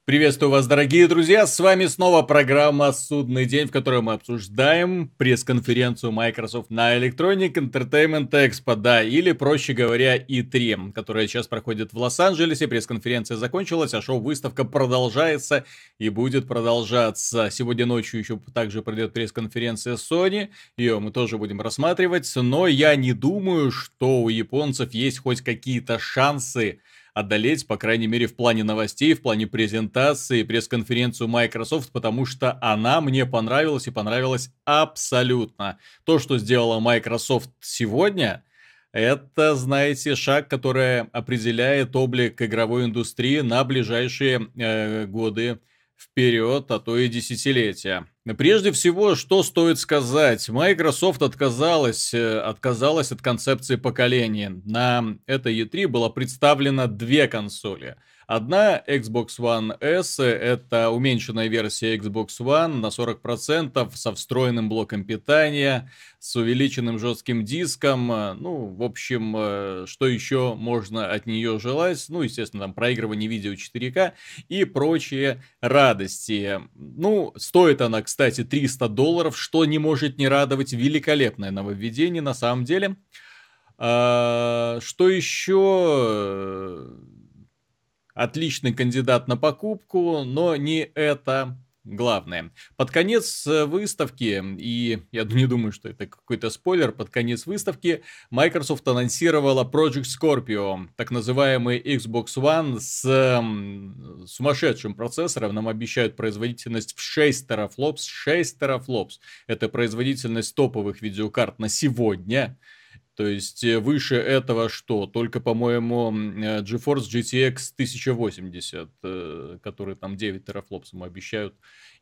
Приветствую вас, дорогие друзья! С вами снова программа «Судный день», в которой мы обсуждаем пресс-конференцию Microsoft на Electronic Entertainment Expo, да, или, проще говоря, E3, которая сейчас проходит в Лос-Анджелесе. Пресс-конференция закончилась, а шоу-выставка продолжается и будет продолжаться. Сегодня ночью еще также пройдет пресс-конференция Sony, ее мы тоже будем рассматривать, но я не думаю, что у японцев есть хоть какие-то шансы одолеть, по крайней мере, в плане новостей, в плане презентации, пресс-конференцию Microsoft, потому что она мне понравилась и понравилась абсолютно. То, что сделала Microsoft сегодня, это, знаете, шаг, который определяет облик игровой индустрии на ближайшие годы вперед, а то и десятилетия. Прежде всего, что стоит сказать? Microsoft отказалась от концепции поколения. На этой E3 было представлено две консоли. Одна Xbox One S, это уменьшенная версия Xbox One на 40% со встроенным блоком питания, с увеличенным жестким диском. Ну, в общем, что еще можно от нее желать? Ну, естественно, там проигрывание видео 4К и прочие радости. Ну, стоит она, кстати, $300, что не может не радовать. Великолепное нововведение на самом деле. Что еще? Отличный кандидат на покупку, но не это главное. Под конец выставки, и я не думаю, что это какой-то спойлер, под конец выставки Microsoft анонсировала Project Scorpio, так называемый Xbox One с сумасшедшим процессором. Нам обещают производительность в 6 терафлопс. 6 терафлопс. Это производительность топовых видеокарт на сегодня. То есть выше этого что? Только, по-моему, GeForce GTX 1080, который там 9 терафлопс ему обещают.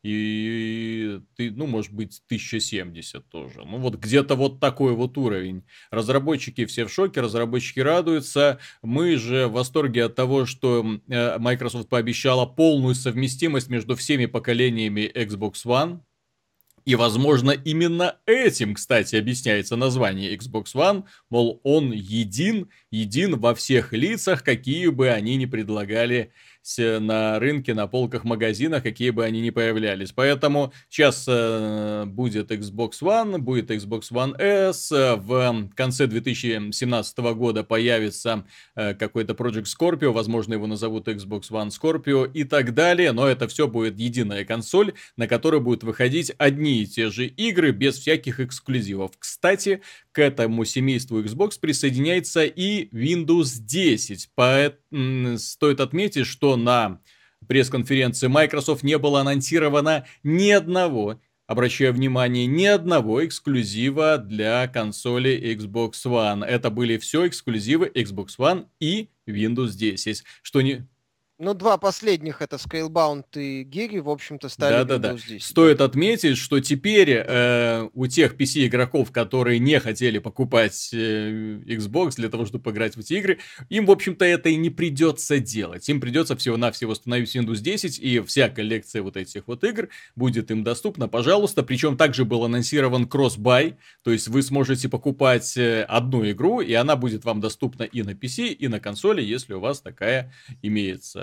И, ну, может быть, 1070 тоже. Ну, вот где-то вот такой вот уровень. Разработчики все в шоке, разработчики радуются. Мы же в восторге от того, что Microsoft пообещала полную совместимость между всеми поколениями Xbox One. И, возможно, именно этим, кстати, объясняется название Xbox One, мол, он един во всех лицах, какие бы они ни предлагали на рынке, на полках магазинах, какие бы они ни появлялись. Поэтому сейчас будет Xbox One, будет Xbox One S, в конце 2017 года появится какой-то Project Scorpio, возможно, его назовут Xbox One Scorpio и так далее, но это все будет единая консоль, на которой будут выходить одни и те же игры без всяких эксклюзивов. Кстати, к этому семейству Xbox присоединяется и Windows 10. Стоит отметить, что на пресс-конференции Microsoft не было анонсировано ни одного, обращаю внимание, ни одного эксклюзива для консоли Xbox One. Это были все эксклюзивы Xbox One и Windows 10. Что не... Ну, два последних, это Scalebound и Giri, в общем-то, стали Да-да-да. Windows 10. Стоит отметить, что теперь у тех PC-игроков, которые не хотели покупать Xbox для того, чтобы играть в эти игры, им, в общем-то, это и не придется делать. Им придется всего-навсего установить Windows 10, и вся коллекция вот этих вот игр будет им доступна, пожалуйста. Причем также был анонсирован кросс-бай, то есть вы сможете покупать одну игру, и она будет вам доступна и на PC, и на консоли, если у вас такая имеется.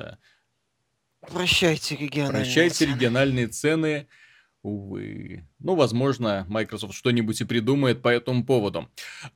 Прощайте Прощайте цены. региональные цены, увы. Ну, возможно, Microsoft что-нибудь и придумает по этому поводу.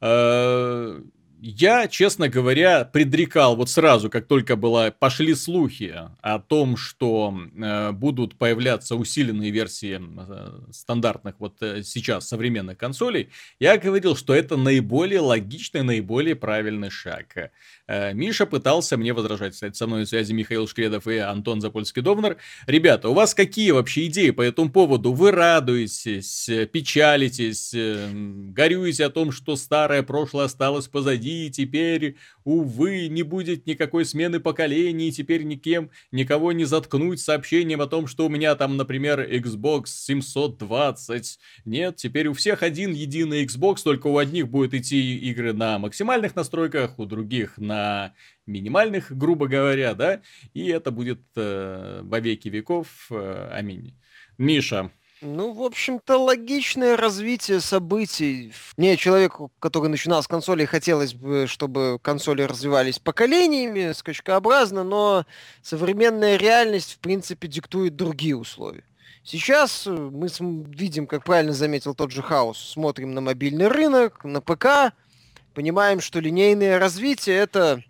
Я, честно говоря, предрекал вот сразу, как только пошли слухи о том, что будут появляться усиленные версии стандартных вот сейчас современных консолей, я говорил, что это наиболее логичный, наиболее правильный шаг. Миша пытался мне возражать. Кстати, со мной на связи Михаил Шкредов и Антон Запольский-Довнер. Ребята, у вас какие вообще идеи по этому поводу? Вы радуетесь, печалитесь, горюете о том, что старое прошлое осталось позади, и теперь, увы, не будет никакой смены поколений, теперь никого не заткнуть сообщением о том, что у меня там, например, Xbox 720. Нет, теперь у всех один единый Xbox, только у одних будут идти игры на максимальных настройках, у других на минимальных, грубо говоря, да, и это будет во веки веков. Аминь. Миша, Ну, в общем-то, логичное развитие событий. Мне, человеку, который начинал с консолей, хотелось бы, чтобы консоли развивались поколениями, скачкообразно, но современная реальность, в принципе, диктует другие условия. Сейчас мы видим, как правильно заметил тот же Хаус, смотрим на мобильный рынок, на ПК, понимаем, что линейное развитие — это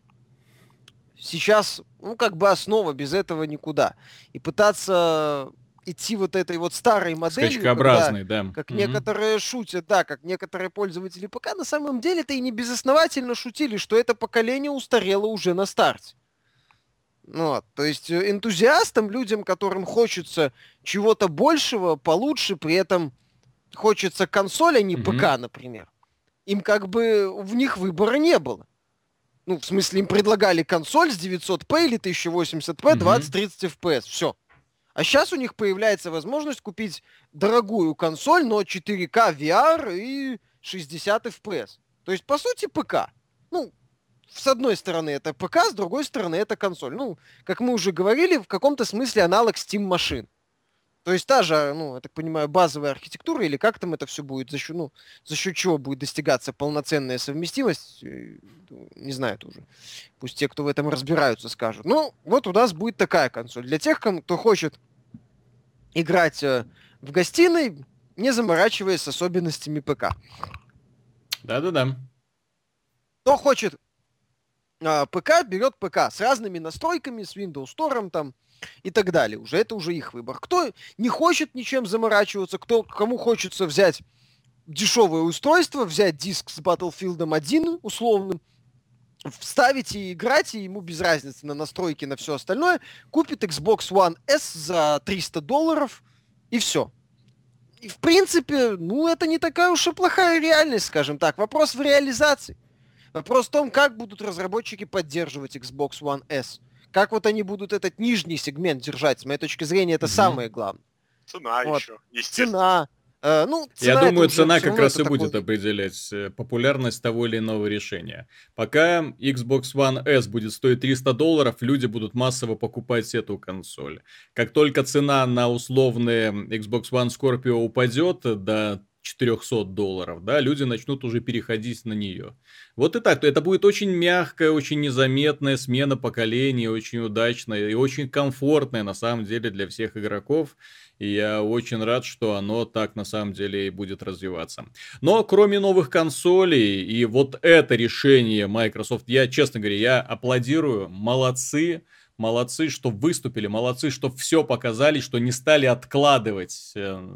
сейчас, ну, как бы основа, без этого никуда. И пытаться идти вот этой вот старой моделью, когда, Скачкообразный, да. как Мгм. некоторые шутят, да, как некоторые пользователи ПК, на самом деле-то и не безосновательно шутили, что это поколение устарело уже на старте. Ну вот, то есть энтузиастам, людям, которым хочется чего-то большего, получше, при этом хочется консоль, а не Мгм. ПК, например, им как бы в них выбора не было. Ну, в смысле, им предлагали консоль с 900p или 1080p, Мгм. 20-30 FPS. Все. А сейчас у них появляется возможность купить дорогую консоль, но 4К VR и 60 FPS. То есть, по сути, ПК. Ну, с одной стороны это ПК, с другой стороны это консоль. Ну, как мы уже говорили, в каком-то смысле аналог Steam машин. То есть та же, ну, я так понимаю, базовая архитектура, или как там это все будет, за счет чего будет достигаться полноценная совместимость, не знаю тоже. Пусть те, кто в этом разбираются, скажут. Ну, вот у нас будет такая консоль. Для тех, кто хочет играть в гостиной, не заморачиваясь с особенностями ПК. Да-да-да. Кто хочет ПК, берет ПК с разными настройками, с Windows Store там и так далее. Уже это уже их выбор. Кто не хочет ничем заморачиваться, кому хочется взять дешевое устройство, взять диск с Battlefield 1 условным, вставить и играть, и ему без разницы на настройки, на все остальное, купит Xbox One S за $300, и все. И в принципе, ну, это не такая уж и плохая реальность, скажем так. Вопрос в реализации. Вопрос в том, как будут разработчики поддерживать Xbox One S. Как вот они будут этот нижний сегмент держать. С моей точки зрения, это Мгм. самое главное. Цена Вот. еще, естественно. Цена. Ну, Я цена это думаю, уже цена все как равно раз это и будет такой... определять популярность того или иного решения. Пока Xbox One S будет стоить $300, люди будут массово покупать эту консоль. Как только цена на условные Xbox One Scorpio упадет до $400, да, люди начнут уже переходить на нее. Вот и так, то это будет очень мягкая, очень незаметная смена поколений, очень удачная и очень комфортная на самом деле для всех игроков. И я очень рад, что оно так на самом деле и будет развиваться. Но кроме новых консолей и вот это решение Microsoft, я, честно говоря, я аплодирую. Молодцы. Молодцы, что выступили, молодцы, что все показали, что не стали откладывать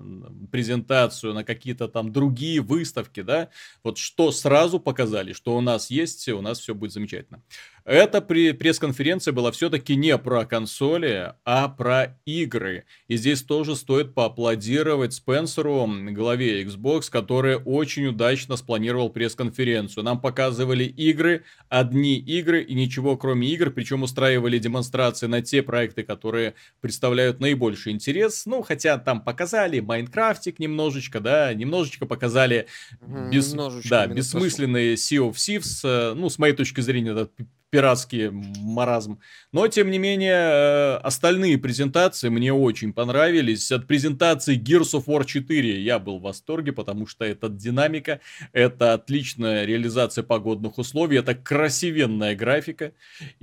презентацию на какие-то там другие выставки, да, вот что сразу показали, что у нас есть, у нас все будет замечательно. Эта пресс-конференция была все-таки не про консоли, а про игры. И здесь тоже стоит поаплодировать Спенсеру, главе Xbox, который очень удачно спланировал пресс-конференцию. Нам показывали игры, одни игры и ничего кроме игр, причем устраивали демонстрации на те проекты, которые представляют наибольший интерес. Ну, хотя там показали Майнкрафтик немножечко, да, немножечко показали Немножечко минусосу. бессмысленные Sea of Thieves, ну, с моей точки зрения, это пиратский маразм. Но, тем не менее, остальные презентации мне очень понравились. От презентации Gears of War 4 я был в восторге, потому что это динамика, это отличная реализация погодных условий, это красивенная графика.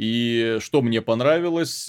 И что мне понравилось,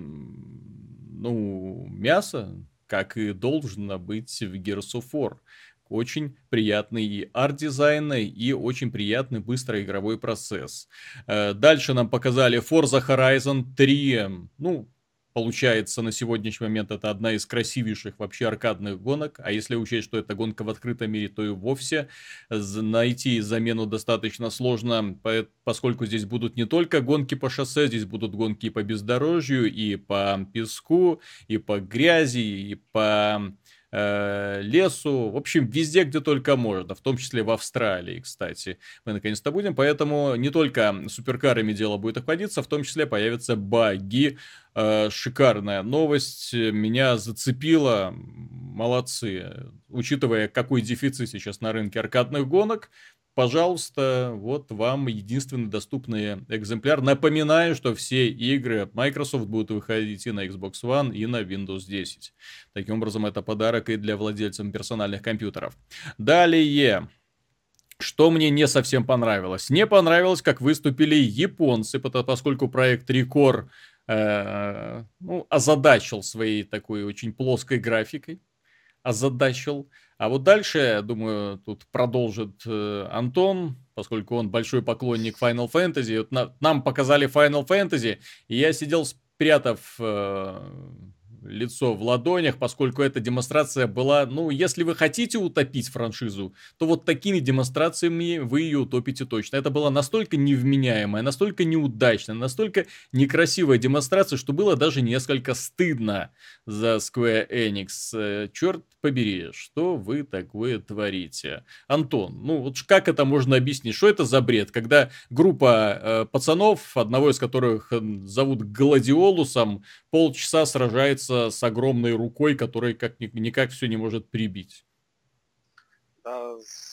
ну, мясо, как и должно быть в Gears of War. Очень приятный и арт-дизайн, и очень приятный быстрый игровой процесс. Дальше нам показали Forza Horizon 3. Ну, получается, на сегодняшний момент это одна из красивейших вообще аркадных гонок. А если учесть, что это гонка в открытом мире, то и вовсе найти замену достаточно сложно, поскольку здесь будут не только гонки по шоссе, здесь будут гонки и по бездорожью, и по песку, и по грязи, и по лесу, в общем, везде, где только можно, в том числе в Австралии, кстати. Мы наконец-то будем, поэтому не только суперкарами дело будет обходиться, в том числе появятся баги. Шикарная новость, меня зацепила, молодцы. Учитывая, какой дефицит сейчас на рынке аркадных гонок, пожалуйста, вот вам единственный доступный экземпляр. Напоминаю, что все игры от Microsoft будут выходить и на Xbox One, и на Windows 10. Таким образом, это подарок и для владельцев персональных компьютеров. Далее. Что мне не совсем понравилось? Не понравилось, как выступили японцы, поскольку проект Recore озадачил своей такой очень плоской графикой. Озадачил. А вот дальше, я думаю, тут продолжит Антон, поскольку он большой поклонник Final Fantasy. Вот нам показали Final Fantasy, и я сидел, спрятав лицо в ладонях, поскольку эта демонстрация была, ну, если вы хотите утопить франшизу, то вот такими демонстрациями вы ее утопите точно. Это была настолько невменяемая, настолько неудачная, настолько некрасивая демонстрация, что было даже несколько стыдно за Square Enix. Черт побери, что вы такое творите? Антон, ну вот как это можно объяснить? Что это за бред, когда группа пацанов, одного из которых зовут Гладиолусом, полчаса сражается с огромной рукой, которая никак все не может прибить? Да,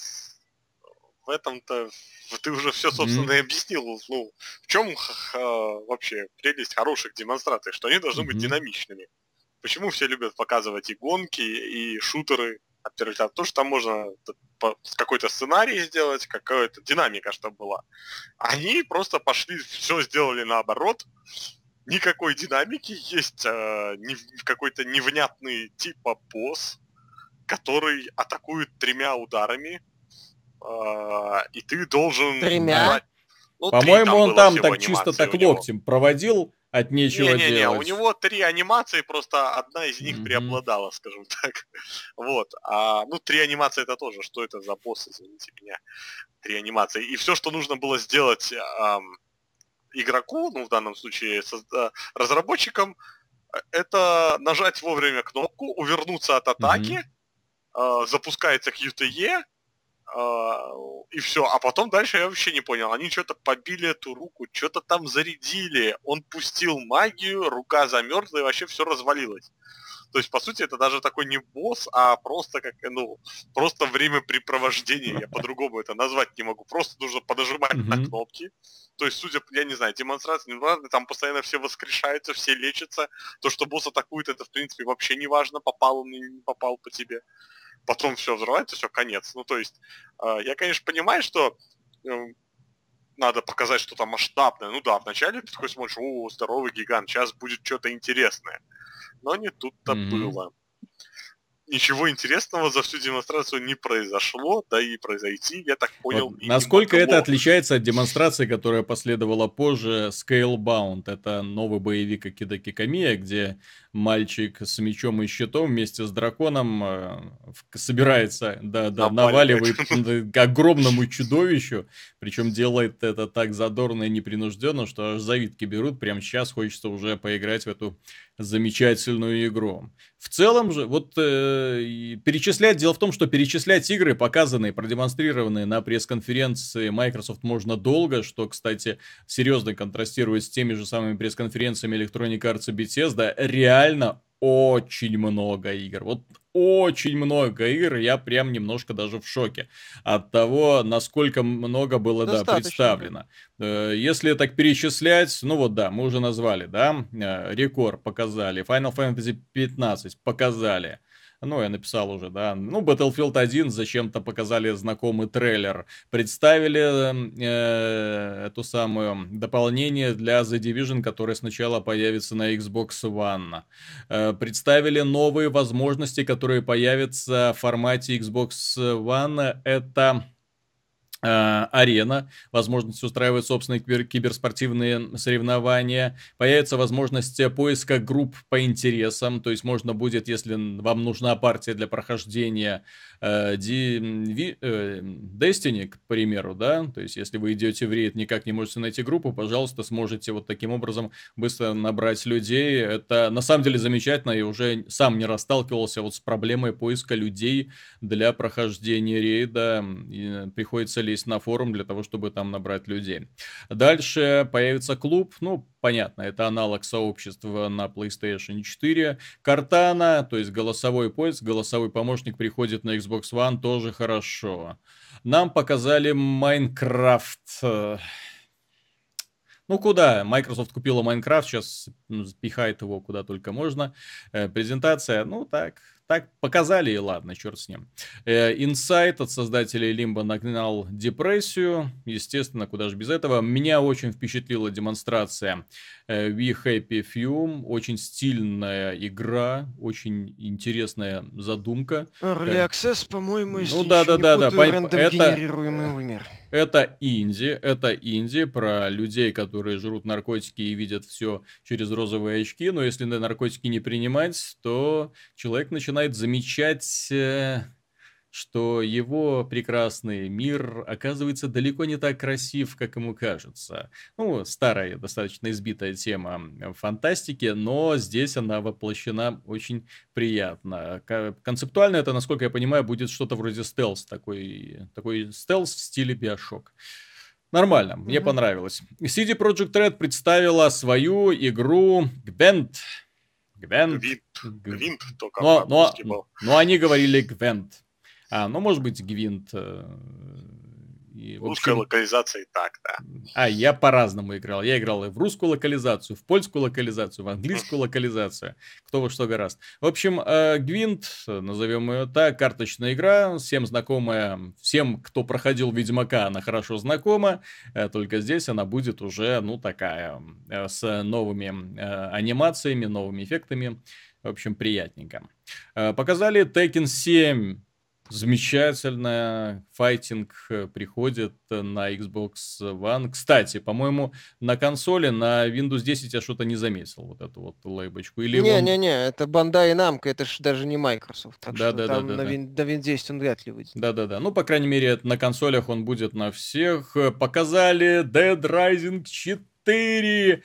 в этом-то ты уже все, собственно, и объяснил. Ну, в чем вообще прелесть хороших демонстраций, что они должны быть динамичными. Почему все любят показывать и гонки, и шутеры от первого лица? Потому что там можно какой-то сценарий сделать, какая-то динамика, чтобы была. Они просто пошли, все сделали наоборот. Никакой динамики, есть какой-то невнятный типа босс, который атакует 3 ударами, и ты должен... 3? Ну, По-моему, он там так анимации чисто так у него. локтем проводил, от нечего Не-не-не, делать. у него 3 анимации, просто одна из них преобладала, скажем так. Вот. 3 анимации это тоже, что это за босс, извините меня. 3 анимации. И все, что нужно было сделать игроку, ну, в данном случае разработчикам, это нажать вовремя кнопку, увернуться от атаки, запускается QTE, и все. А потом дальше я вообще не понял. Они что-то побили эту руку, что-то там зарядили. Он пустил магию, рука замерзла и вообще все развалилось. То есть, по сути, это даже такой не босс, а просто как, просто времяпрепровождение. Я по-другому это назвать не могу. Просто нужно подожимать на кнопки. То есть, судя, я не знаю, демонстрация, там постоянно все воскрешаются, все лечатся. То, что босс атакует, это, в принципе, вообще не важно, попал он или не попал по тебе. Потом все взрывается, все, конец. Ну, то есть, я, конечно, понимаю, что надо показать что-то масштабное. Ну да, вначале ты такой смотришь, о, здоровый гигант, сейчас будет что-то интересное. Но не тут-то было. Ничего интересного за всю демонстрацию не произошло, да и произойти, я так понял, Вот и насколько не это могло. отличается от демонстрации, которая последовала позже, Scalebound. Это новый боевик Акида Кикамия, где мальчик с мечом и щитом вместе с драконом собирается, наваливает к огромному чудовищу. Причем делает это так задорно и непринужденно, что аж завидки берут. Прямо сейчас хочется уже поиграть в эту замечательную игру. В целом же, вот перечислять, дело в том, что перечислять игры, показанные, продемонстрированные на пресс-конференции Microsoft, можно долго, что, кстати, серьезно контрастирует с теми же самыми пресс-конференциями Electronic Arts и Bethesda. Реально очень много игр. Вот очень много игр, я прям немножко даже в шоке от того, насколько много было, представлено. Если так перечислять, ну вот да, мы уже назвали, да, Recore показали, Final Fantasy 15 показали. Ну, я написал уже, да. Ну, Battlefield 1 зачем-то показали знакомый трейлер. Представили эту самую дополнение для The Division, которое сначала появится на Xbox One. Представили новые возможности, которые появятся в формате Xbox One. Это арена, возможность устраивать собственные киберспортивные соревнования, появится возможность поиска групп по интересам, то есть можно будет, если вам нужна партия для прохождения Destiny, к примеру, да, то есть если вы идете в рейд, никак не можете найти группу, пожалуйста, сможете вот таким образом быстро набрать людей. Это на самом деле замечательно, я уже сам не раз сталкивался вот с проблемой поиска людей для прохождения рейда, и приходится ли отправились на форум для того, чтобы там набрать людей. Дальше появится клуб, ну, понятно, это аналог сообщества на PlayStation 4. Картана, то есть голосовой поиск, голосовой помощник приходит на Xbox One, тоже хорошо. Нам показали Майнкрафт. Ну куда? Microsoft купила Майнкрафт, сейчас пихает его куда только можно. Презентация, ну так показали и ладно, черт с ним. Инсайт от создателей Limbo нагнал депрессию. Естественно, куда же без этого. Меня очень впечатлила демонстрация We Happy Few. Очень стильная игра, очень интересная задумка. Early Access, по-моему, если Ну да, рандом-генерируемый мир. Это инди про людей, которые жрут наркотики и видят все через розовые очки, но если на наркотики не принимать, то человек начинает замечать, что его прекрасный мир оказывается далеко не так красив, как ему кажется. Ну, старая, достаточно избитая тема фантастики, но здесь она воплощена очень приятно. Концептуально это, насколько я понимаю, будет что-то вроде стелс, такой стелс в стиле Bioshock. Нормально, мне понравилось. CD Projekt Red представила свою игру Gwent. Гвинт только по-русски был. Но они говорили Gwent. Ну, может быть, Гвинт. Русская локализация и так, да. Я по-разному играл. Я играл и в русскую локализацию, в польскую локализацию, в английскую локализацию. Кто во что гораст. В общем, Гвинт, назовем ее так, карточная игра, всем знакомая, всем, кто проходил Ведьмака, она хорошо знакома, только здесь она будет уже, ну, такая, с новыми анимациями, новыми эффектами. В общем, приятненько. Показали Tekken 7. Замечательно, файтинг приходит на Xbox One. Кстати, по-моему, на консоли, на Windows 10 я что-то не заметил, вот эту вот лейбочку. Не-не-не, это Bandai Namco, это же даже не Microsoft. Так да, что да, там да, на Windows 10 он вряд ли выйдет. Да-да-да, ну, по крайней мере, на консолях он будет на всех. Показали Dead Rising 4.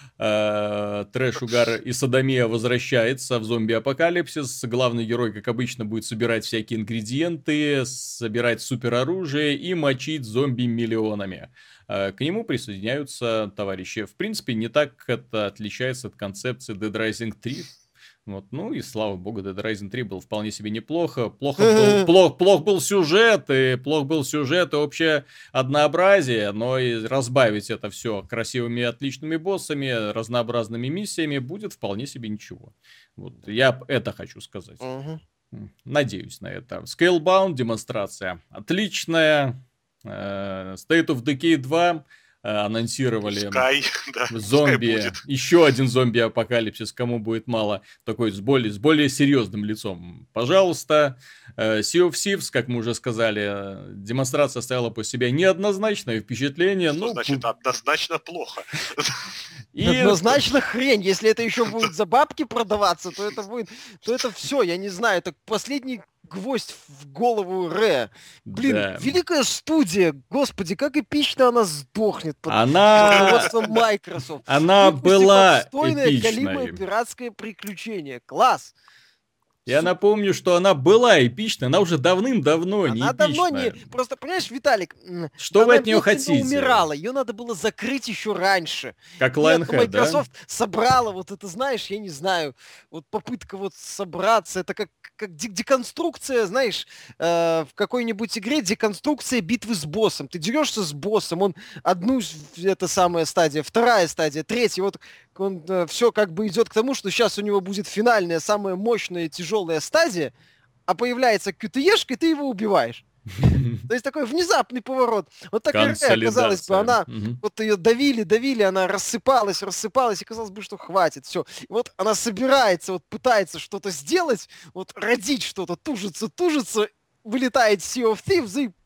Трэш, угар и садомия возвращается в зомби-апокалипсис. Главный герой, как обычно, будет собирать всякие ингредиенты, собирать супероружие и мочить зомби миллионами. К нему присоединяются товарищи. В принципе, не так это отличается от концепции Dead Rising 3. Вот, ну и слава богу, Dead Rising 3 был вполне себе неплохо. Плох был сюжет, и общее однообразие, но и разбавить это все красивыми и отличными боссами, разнообразными миссиями будет вполне себе ничего. Вот, я это хочу сказать. Надеюсь на это. Scalebound демонстрация отличная. State of Decay 2 анонсировали. Пускай, да, зомби, пускай будет. еще один зомби-апокалипсис, кому будет мало, такой с более серьезным лицом. Пожалуйста, Sea of Thieves, как мы уже сказали, демонстрация оставила по себе неоднозначное впечатление. Что значит однозначно плохо? Однозначно хрень. Если это еще будет за бабки продаваться, то это все, я не знаю, это последний гвоздь в голову Ре. Блин, Да. великая студия, господи, как эпично она сдохнет под Она руководством Microsoft. была Достойное галимое эпичной. пиратское приключение. Класс. Я напомню, что она была эпичной, она уже давным-давно не Она давно эпичная. не... Просто, понимаешь, Виталик, Что вы она от нее медленно хотите? умирала, ее надо было закрыть еще раньше. Как Нет, Lionhead, да? Microsoft собрала вот это, знаешь, я не знаю, вот попытка вот собраться, это как деконструкция, знаешь, в какой-нибудь игре деконструкция битвы с боссом. Ты дерешься с боссом, он это самая стадия, вторая стадия, третья, вот он все как бы идет к тому, что сейчас у него будет финальная, самая мощная, тяжелая стадия, а появляется QTE-шка, и ты его убиваешь. То есть такой внезапный поворот. Вот такая, казалось бы, она, вот ее давили, она рассыпалась, и казалось бы, что хватит, все. И вот она собирается, вот пытается что-то сделать, вот родить что-то, тужится, вылетает Sea of Thieves и...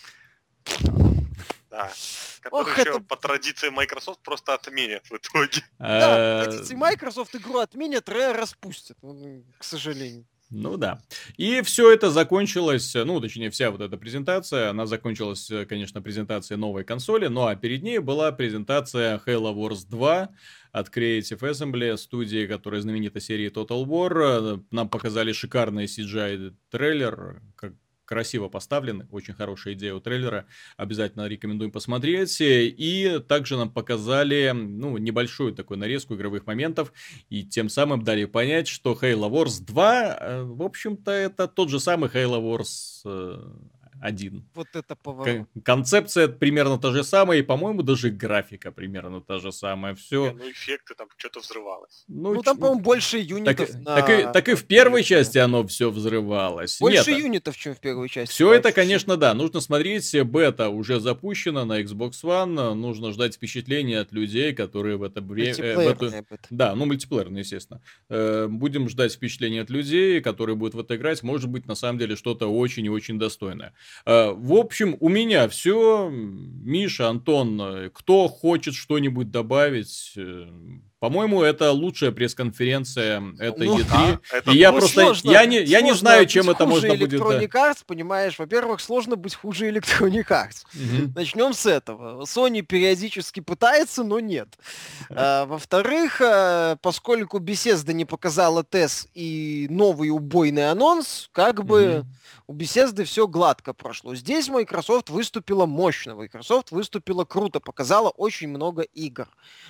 Да. Который еще по традиции Microsoft просто отменят в итоге. Да, по традиции Microsoft игру отменят, Rare распустят, к сожалению. Ну да. И все это закончилось, ну, точнее, вся вот эта презентация, она закончилась, конечно, презентацией новой консоли, ну, а перед ней была презентация Halo Wars 2 от Creative Assembly, студии, которая знаменита серией Total War. Нам показали шикарный CGI-трейлер, красиво поставлены, очень хорошая идея у трейлера, обязательно рекомендуем посмотреть. И также нам показали, ну, небольшую такую нарезку игровых моментов, и тем самым дали понять, что Halo Wars 2, в общем-то, это тот же самый Halo Wars 1. Вот это поворот. Концепция примерно та же самая, и, по-моему, даже графика примерно та же самая. Все. Ну, эффекты, там что-то взрывалось. Ну, там, по-моему, больше юнитов так и в первой части оно все взрывалось. Больше юнитов, чем в первой части. Все это, конечно, да. Нужно смотреть. Бета уже запущена на Xbox One. Нужно ждать впечатления от людей, которые в это время... Да, ну, мультиплеерно, естественно. Будем ждать впечатления от людей, которые будут в это играть. Может быть, на самом деле, что-то очень и очень достойное. В общем, у меня все. Миша, Антон, кто хочет что-нибудь добавить? По-моему, это лучшая пресс-конференция этой E3. И я просто... Я не знаю, чем это можно будет... Electronic Arts, понимаешь, во-первых, сложно быть хуже Electronic Arts. Начнем с этого. Sony периодически пытается, но нет. Во-вторых, поскольку Bethesda не показала TES и новый убойный анонс, как бы у Bethesda все гладко прошло. Здесь Microsoft выступила мощно, Microsoft выступила круто, показала очень много игр.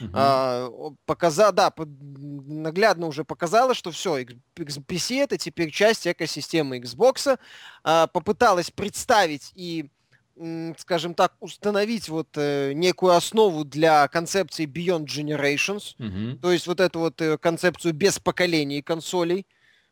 Наглядно уже показала, что все, PC это теперь часть экосистемы Xbox. Попыталась представить и, скажем так, установить вот некую основу для концепции Beyond Generations, то есть вот эту вот концепцию без поколений консолей,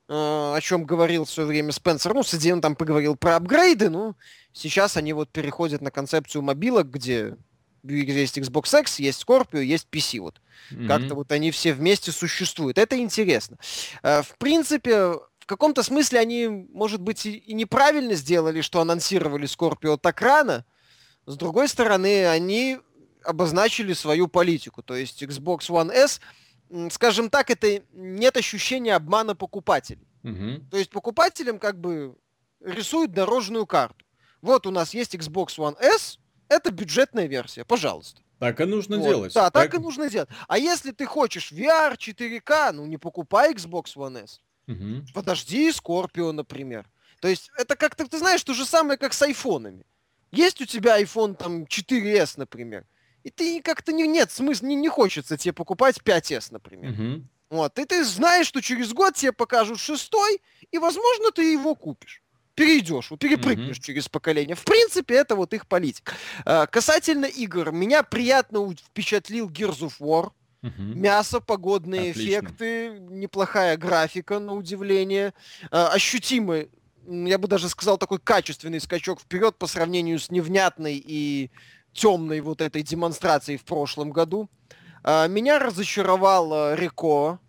о чем говорил в свое время Спенсер. Ну, среди он там поговорил про апгрейды, но сейчас они вот переходят на концепцию мобилок, где есть Xbox X, есть Scorpio, есть PC. Вот. Как-то вот они все вместе существуют. Это интересно. В принципе, в каком-то смысле они, может быть, и неправильно сделали, что анонсировали Scorpio так рано. С другой стороны, они обозначили свою политику. То есть Xbox One S, скажем так, это нет ощущения обмана покупателей. То есть покупателям как бы рисуют дорожную карту. Вот у нас есть Xbox One S, это бюджетная версия, пожалуйста. Так и нужно делать. Да, так и нужно делать. А если ты хочешь VR, 4К, ну не покупай Xbox One S. Подожди Scorpio, например. То есть это как-то, ты знаешь, то же самое, как с айфонами. Есть у тебя iPhone там 4S, например, и ты как-то нет смысла, не хочется тебе покупать 5S, например. Вот, и ты знаешь, что через год тебе покажут 6-й, и, возможно, ты его купишь. Перейдешь, перепрыгнешь через поколение. В принципе, это вот их политика. Касательно игр, меня приятно впечатлил Gears of War. Мясо, погодные эффекты, неплохая графика, на удивление. Ощутимый, я бы даже сказал, такой качественный скачок вперед по сравнению с невнятной и темной вот этой демонстрацией в прошлом году. Меня разочаровал Реко.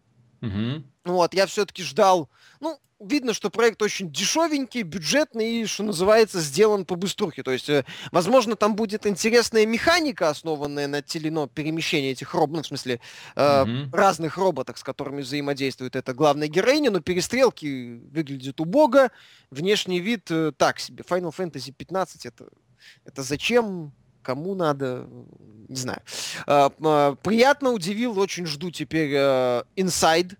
Вот, я все-таки ждал... Ну, видно, что проект очень дешевенький, бюджетный и, что называется, сделан по быструхе. То есть, возможно, там будет интересная механика, основанная на перемещении этих роботов, ну, в смысле, разных роботов, с которыми взаимодействует эта главная героиня, но перестрелки выглядят убого, внешний вид так себе. Final Fantasy 15 это зачем? Кому надо? Не знаю. Приятно удивил, очень жду теперь Inside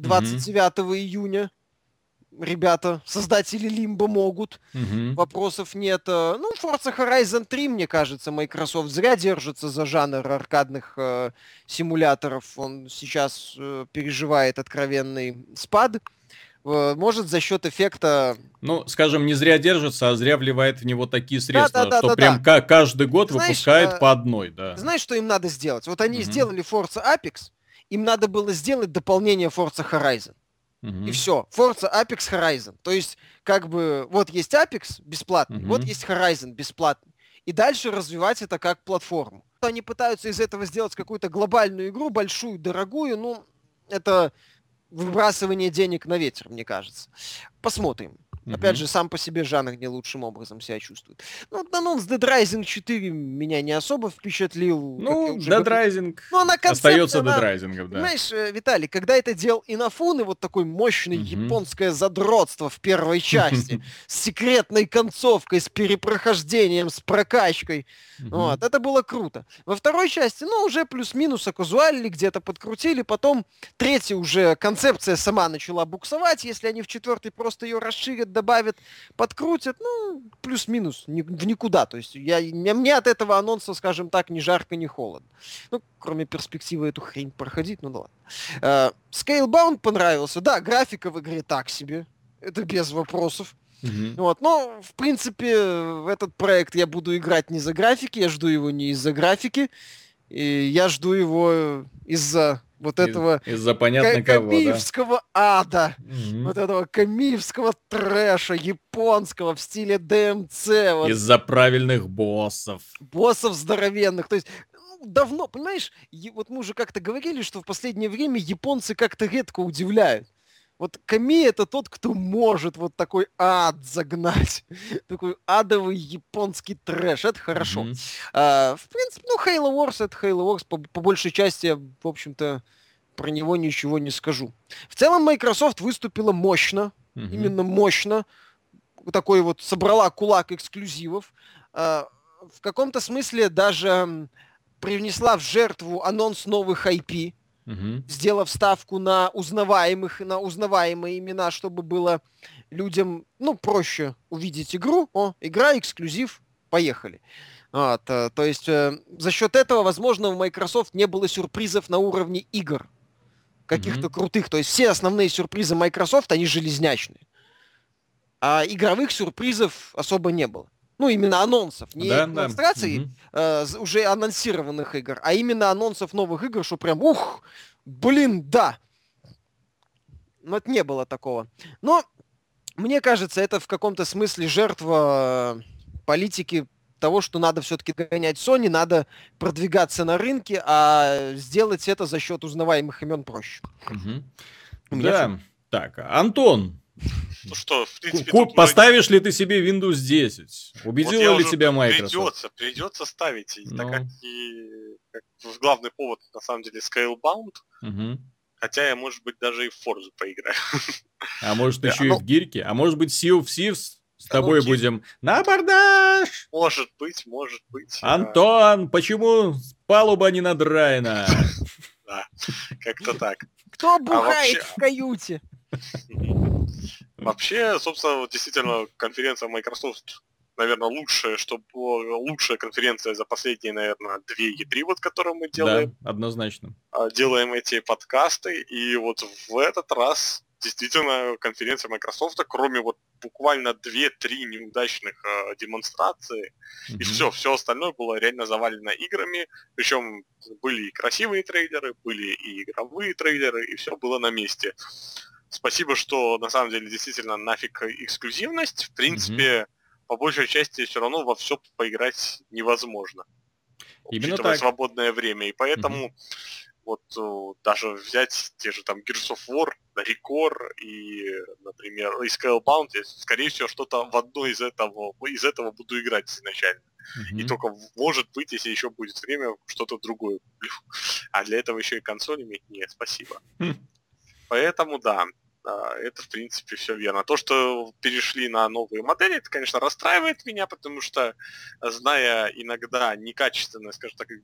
29 июня. Ребята, создатели Limbo могут. Вопросов нет. Ну, Forza Horizon 3, мне кажется, Microsoft зря держится за жанр аркадных симуляторов. Он сейчас переживает откровенный спад. Может, за счет эффекта... Ну, скажем, не зря держится, а зря вливает в него такие средства, что прям каждый год выпускает по одной. Да. Знаешь, что им надо сделать? Вот они сделали Forza Apex, им надо было сделать дополнение Forza Horizon. И все. Forza Apex Horizon. То есть, как бы, вот есть Apex бесплатный, вот есть Horizon бесплатный. И дальше развивать это как платформу. Они пытаются из этого сделать какую-то глобальную игру, большую, дорогую, ну, это выбрасывание денег на ветер, мне кажется. Посмотрим. Опять же, сам по себе жанр не лучшим образом себя чувствует. Ну, анонс Dead Rising 4 меня не особо впечатлил. Ну, Dead Rising остается Dead Rising, да. Понимаешь, Виталий, когда это делал Инафуне, вот такой мощный японское задротство в первой части, с секретной концовкой, с перепрохождением, с прокачкой, вот, это было круто. Во второй части, ну, уже плюс-минус оказуалили, где-то подкрутили, потом третья уже концепция сама начала буксовать, если они в четвертой просто ее расширят добавят, подкрутят, ну, плюс-минус, в никуда. То есть мне от этого анонса, скажем так, ни жарко, ни холодно. Ну, кроме перспективы эту хрень проходить, ну да ладно. Scalebound понравился. Да, графика в игре так себе. Это без вопросов. Вот, но, в принципе, в этот проект я буду играть не за графики, я жду его не из-за графики, и я жду его из-за вот этого Из-за понятно кого, да? камиевского ада, вот этого камиевского трэша японского в стиле ДМЦ. Вот, Из-за правильных боссов. боссов здоровенных. То есть давно, понимаешь, вот мы уже как-то говорили, что в последнее время японцы как-то редко удивляют. Вот Ками это тот, кто может вот такой ад загнать. Такой адовый японский трэш. Это хорошо. В принципе, ну, Halo Wars это Halo Wars. По большей части я, в общем-то, про него ничего не скажу. В целом, Microsoft выступила мощно. Именно мощно. Такой вот собрала кулак эксклюзивов. В каком-то смысле даже привнесла в жертву анонс новых IP. Сделав ставку на узнаваемые имена, чтобы было людям, ну, проще увидеть игру. О, игра, эксклюзив, поехали. Вот, то есть за счет этого, возможно, у Microsoft не было сюрпризов на уровне игр. Каких-то крутых. То есть все основные сюрпризы Microsoft, они железнячные. А игровых сюрпризов особо не было. Ну, именно анонсов. Не демонстраций уже анонсированных игр, а именно анонсов новых игр, что прям, блин, да. Но это не было такого. Но, мне кажется, это в каком-то смысле жертва политики того, что надо все-таки догонять Sony, надо продвигаться на рынке, а сделать это за счет узнаваемых имен проще. Да, так, Антон, ну что, в принципе, поставишь ли ты себе Windows 10? Убедила вот ли тебя Microsoft? Придется ставить, так как главный повод, на самом деле, Scalebound. Хотя я, может быть, даже и в Forza поиграю. А может, еще и в Гирьке? А может быть, Sea of Thieves с тобой будем на абордаж? Может быть. Антон, почему палуба не надраена? Да, как-то так. Кто бухает в каюте? Вообще, собственно, действительно, конференция Microsoft, наверное, лучшая конференция за последние, наверное, 2 E3, вот, которые мы делаем. Да, однозначно. Делаем эти подкасты, и вот в этот раз действительно конференция Microsoft, кроме вот буквально 2-3 неудачных демонстрации, и все остальное было реально завалено играми, причем были и красивые трейлеры, были и игровые трейлеры, и все было на месте. Спасибо, что на самом деле действительно нафиг эксклюзивность. В принципе, по большей части все равно во все поиграть невозможно. Именно учитывая так. Свободное время. И поэтому вот даже взять те же там Gears of War, Record и, например, и Scalebound, я, скорее всего, что-то в одно из этого буду играть изначально. И только, может быть, если еще будет время, что-то другое куплю. А для этого еще и консоль иметь? Нет, спасибо. Поэтому, да, это, в принципе, все верно. То, что перешли на новые модели, это, конечно, расстраивает меня, потому что, зная иногда некачественное, скажем так,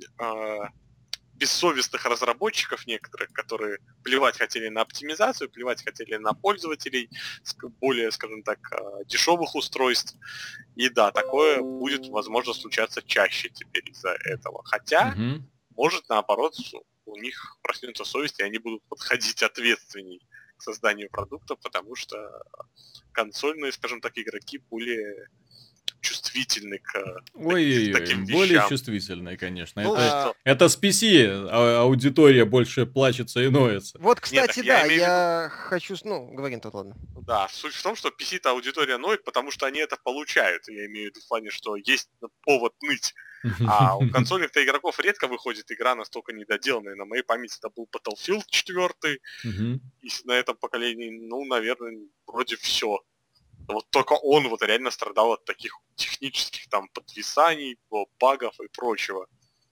бессовестных разработчиков некоторых, которые плевать хотели на оптимизацию, плевать хотели на пользователей, более, скажем так, дешевых устройств. И да, такое будет, возможно, случаться чаще теперь из-за этого. Хотя, может, наоборот, у них проснется совесть, и они будут подходить ответственней к созданию продукта, потому что консольные, скажем так, игроки более чувствительны к таким вещам. Более чувствительные, конечно. Это с PC аудитория больше плачется и ноется. Вот, кстати, я хочу... Ну, говори тут, ладно. Да, суть в том, что PC-то аудитория ноет, потому что они это получают. Я имею в виду в плане, что есть повод ныть. А у консольных-то игроков редко выходит игра настолько недоделанная. На моей памяти это был Battlefield 4. И на этом поколении, ну, наверное, вроде все. Вот только он вот реально страдал от таких технических там подвисаний, багов и прочего.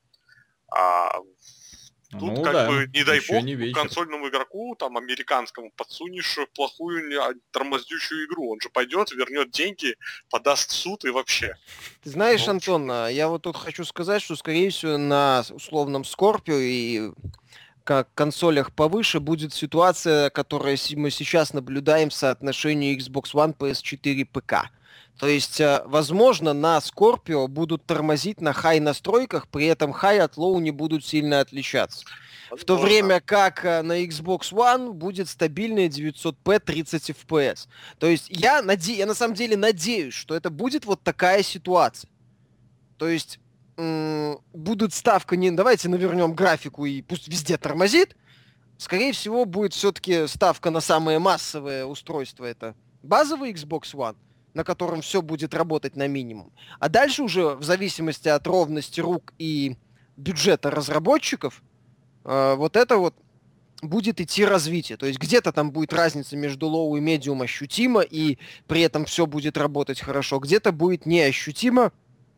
Тут не дай бог, консольному игроку, там, американскому, подсунешь плохую, тормоздющую игру. Он же пойдет, вернет деньги, подаст в суд и вообще. Ты знаешь, Антон, я вот тут хочу сказать, что, скорее всего, на условном Скорпио и как консолях повыше будет ситуация, которую мы сейчас наблюдаем в соотношении Xbox One, PS4, ПК. То есть, возможно, на Scorpio будут тормозить на хай настройках, при этом хай от лоу не будут сильно отличаться. В то Возможно. время как на Xbox One будет стабильная 900p 30 FPS. То есть я на самом деле надеюсь, что это будет вот такая ситуация. То есть будут ставка не... Давайте навернем графику и пусть везде тормозит. Скорее всего, будет все-таки ставка на самые массовые устройства. Это базовый Xbox One, на котором все будет работать на минимум. А дальше уже, в зависимости от ровности рук и бюджета разработчиков, вот это вот будет идти развитие. То есть где-то там будет разница между лоу и медиум ощутима, и при этом все будет работать хорошо. Где-то будет неощутимо,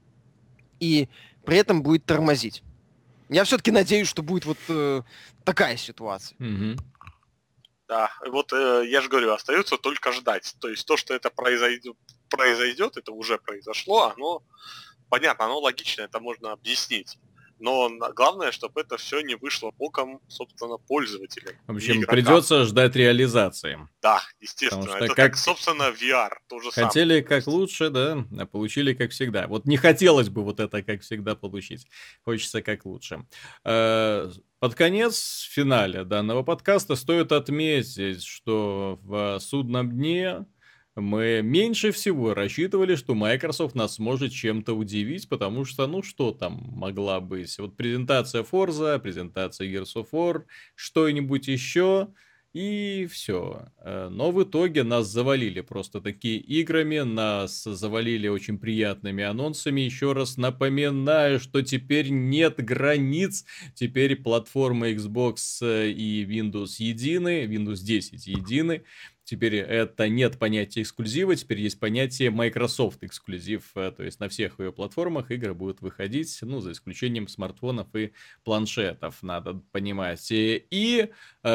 и при этом будет тормозить. Я все-таки надеюсь, что будет вот такая ситуация. Мгм. Да, вот я же говорю, остается только ждать. То есть то, что это произойдет, это уже произошло, оно понятно, оно логично, это можно объяснить. Но главное, чтобы это все не вышло боком, собственно, пользователям. В и общем, игрокам. придется ждать реализации. Да, естественно. Потому что Это как- как, собственно, VR. То же самое. Хотели как лучше, да, а получили как всегда. Вот не хотелось бы вот это как всегда получить. Хочется как лучше. Под конец, в финале данного подкаста стоит отметить, что в судном дне мы меньше всего рассчитывали, что Microsoft нас сможет чем-то удивить, потому что, ну, что там могла быть? Вот презентация Forza, презентация Gears of War, что-нибудь еще... И все. Но в итоге нас завалили просто такие играми, нас завалили очень приятными анонсами. Еще раз напоминаю, что теперь нет границ. Теперь платформы Xbox и Windows едины, Windows 10 едины. Теперь это нет понятия эксклюзива, теперь есть понятие Microsoft эксклюзив. То есть на всех ее платформах игры будут выходить, ну, за исключением смартфонов и планшетов, надо понимать. И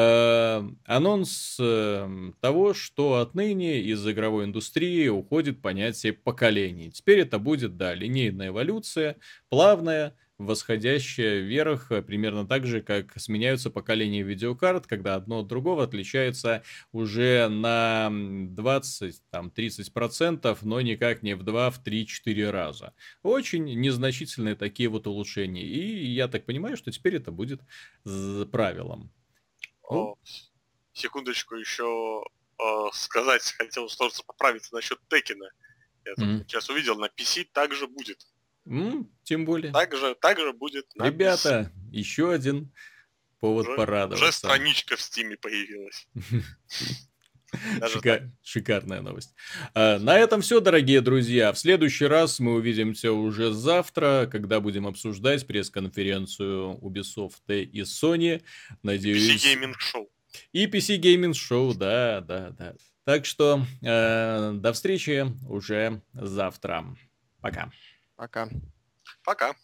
анонс того, что отныне из игровой индустрии уходит понятие поколений. Теперь это будет, да, линейная эволюция, плавная, восходящая вверх, примерно так же, как сменяются поколения видеокарт, когда одно от другого отличается уже на 20-30%, но никак не в 2, в 3-4 раза. Очень незначительные такие вот улучшения. И я так понимаю, что теперь это будет правилом. О, секундочку, еще сказать хотел, что поправиться насчет Текина. Я тут сейчас увидел, на PC также будет. Тем более. Также будет на Ребята, еще один повод порадоваться. Уже страничка в Стиме появилась. Шикарная новость. На этом все, дорогие друзья. В следующий раз мы увидимся уже завтра, когда будем обсуждать пресс-конференцию Ubisoft и Sony. Надеюсь... PC Gaming Show. И PC Gaming Show, да. Так что до встречи уже завтра. Пока. Пока. Пока.